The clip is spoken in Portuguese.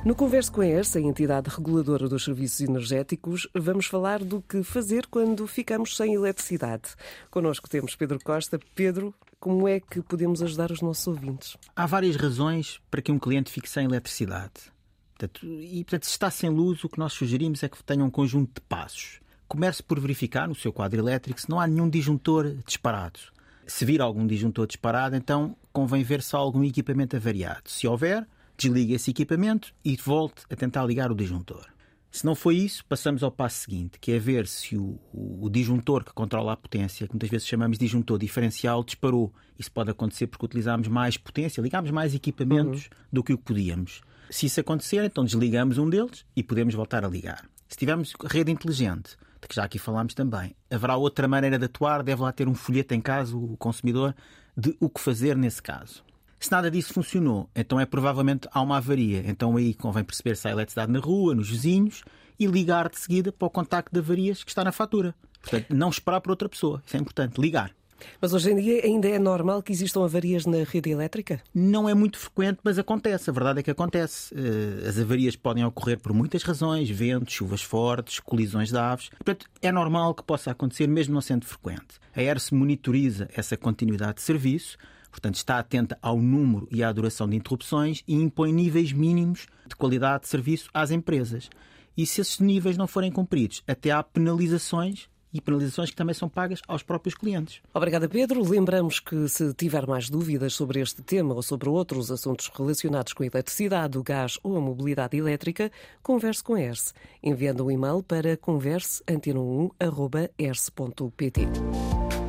No Converse com a ERSE, a entidade reguladora dos serviços energéticos, vamos falar do que fazer quando ficamos sem eletricidade. Connosco temos Pedro Costa. Pedro, como é que podemos ajudar os nossos ouvintes? Há várias razões para que um cliente fique sem eletricidade. Portanto, se está sem luz, o que nós sugerimos é que tenha um conjunto de passos. Comece por verificar no seu quadro elétrico se não há nenhum disjuntor disparado. Se vir algum disjuntor disparado, então convém ver se há algum equipamento avariado. Se houver, desligue esse equipamento e volte a tentar ligar o disjuntor. Se não foi isso, passamos ao passo seguinte, que é ver se o disjuntor que controla a potência, que muitas vezes chamamos de disjuntor diferencial, disparou. Isso pode acontecer porque utilizámos mais potência, ligámos mais equipamentos do que o que podíamos. Se isso acontecer, então desligamos um deles e podemos voltar a ligar. Se tivermos rede inteligente, de que já aqui falámos também, haverá outra maneira de atuar, deve lá ter um folheto em casa, o consumidor, de o que fazer nesse caso. Se nada disso funcionou, então provavelmente há uma avaria. Então aí convém perceber se há eletricidade na rua, nos vizinhos, e ligar de seguida para o contacto de avarias que está na fatura. Portanto, não esperar por outra pessoa. Isso é importante, ligar. Mas hoje em dia ainda é normal que existam avarias na rede elétrica? Não é muito frequente, mas acontece. A verdade é que acontece. As avarias podem ocorrer por muitas razões: ventos, chuvas fortes, colisões de aves. Portanto, é normal que possa acontecer, mesmo não sendo frequente. A ERSE monitoriza essa continuidade de serviço. Portanto, está atenta ao número e à duração de interrupções e impõe níveis mínimos de qualidade de serviço às empresas. E se esses níveis não forem cumpridos, até há penalizações, e penalizações que também são pagas aos próprios clientes. Obrigada, Pedro. Lembramos que se tiver mais dúvidas sobre este tema ou sobre outros assuntos relacionados com a eletricidade, o gás ou a mobilidade elétrica, converse com a ERSE, enviando um e-mail para converse@antena1.erse.pt.